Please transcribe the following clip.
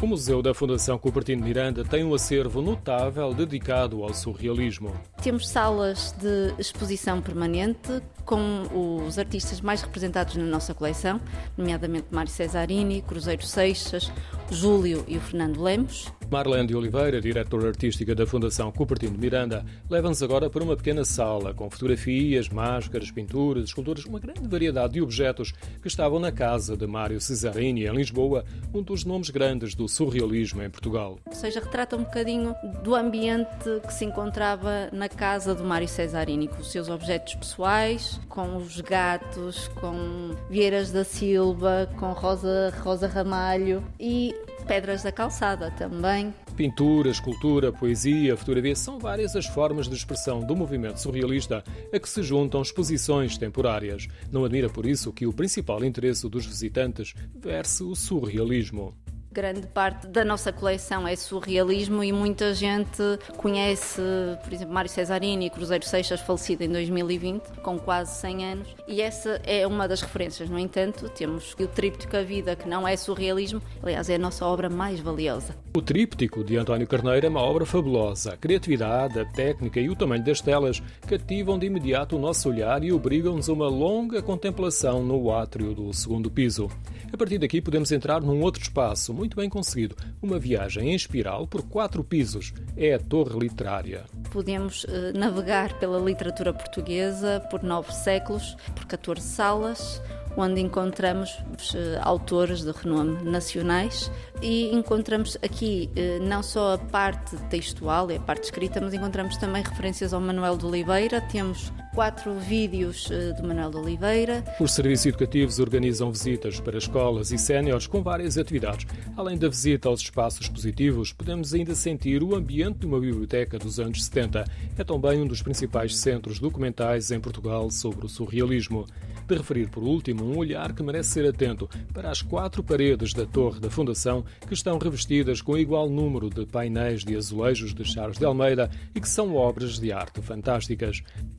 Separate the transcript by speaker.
Speaker 1: O Museu da Fundação Coupertino de Miranda tem um acervo notável dedicado ao surrealismo.
Speaker 2: Temos salas de exposição permanente com os artistas mais representados na nossa coleção, nomeadamente Mário Cesarini, Cruzeiro Seixas, Júlio e o Fernando Lemos.
Speaker 1: Marlene de Oliveira, diretora artística da Fundação Coupertino de Miranda, leva-nos agora para uma pequena sala com fotografias, máscaras, pinturas, esculturas, uma grande variedade de objetos que estavam na casa de Mário Cesarini, em Lisboa, um dos nomes grandes do surrealismo em Portugal.
Speaker 2: Ou seja, retrata um bocadinho do ambiente que se encontrava na casa do Mário Cesarini, com os seus objetos pessoais, com os gatos, com Vieiras da Silva, com Rosa Ramalho e Pedras da Calçada também.
Speaker 1: Pintura, escultura, poesia, fotografia são várias as formas de expressão do movimento surrealista a que se juntam exposições temporárias. Não admira por isso que o principal interesse dos visitantes verse o surrealismo.
Speaker 2: Grande parte da nossa coleção é surrealismo e muita gente conhece, por exemplo, Mário Cesarini e Cruzeiro Seixas, falecido em 2020, com quase 100 anos. E essa é uma das referências. No entanto, temos o Tríptico A Vida, que não é surrealismo, aliás, é a nossa obra mais valiosa.
Speaker 1: O Tríptico, de António Carneiro, é uma obra fabulosa. A criatividade, a técnica e o tamanho das telas cativam de imediato o nosso olhar e obrigam-nos a uma longa contemplação no átrio do segundo piso. A partir daqui podemos entrar num outro espaço, muito bem conseguido, uma viagem em espiral por 4 pisos. É a Torre Literária.
Speaker 2: Podemos navegar pela literatura portuguesa por 9 séculos, por 14 salas, onde encontramos autores de renome nacionais e encontramos aqui não só a parte textual e a parte escrita, mas encontramos também referências ao Manuel de Oliveira. Temos 4 vídeos do Manuel de Oliveira.
Speaker 1: Os serviços educativos organizam visitas para escolas e séniores com várias atividades. Além da visita aos espaços expositivos, podemos ainda sentir o ambiente de uma biblioteca dos anos 70. É também um dos principais centros documentais em Portugal sobre o surrealismo. De referir, por último, um olhar que merece ser atento para as 4 paredes da Torre da Fundação, que estão revestidas com igual número de painéis de azulejos de Charles de Almeida e que são obras de arte fantásticas.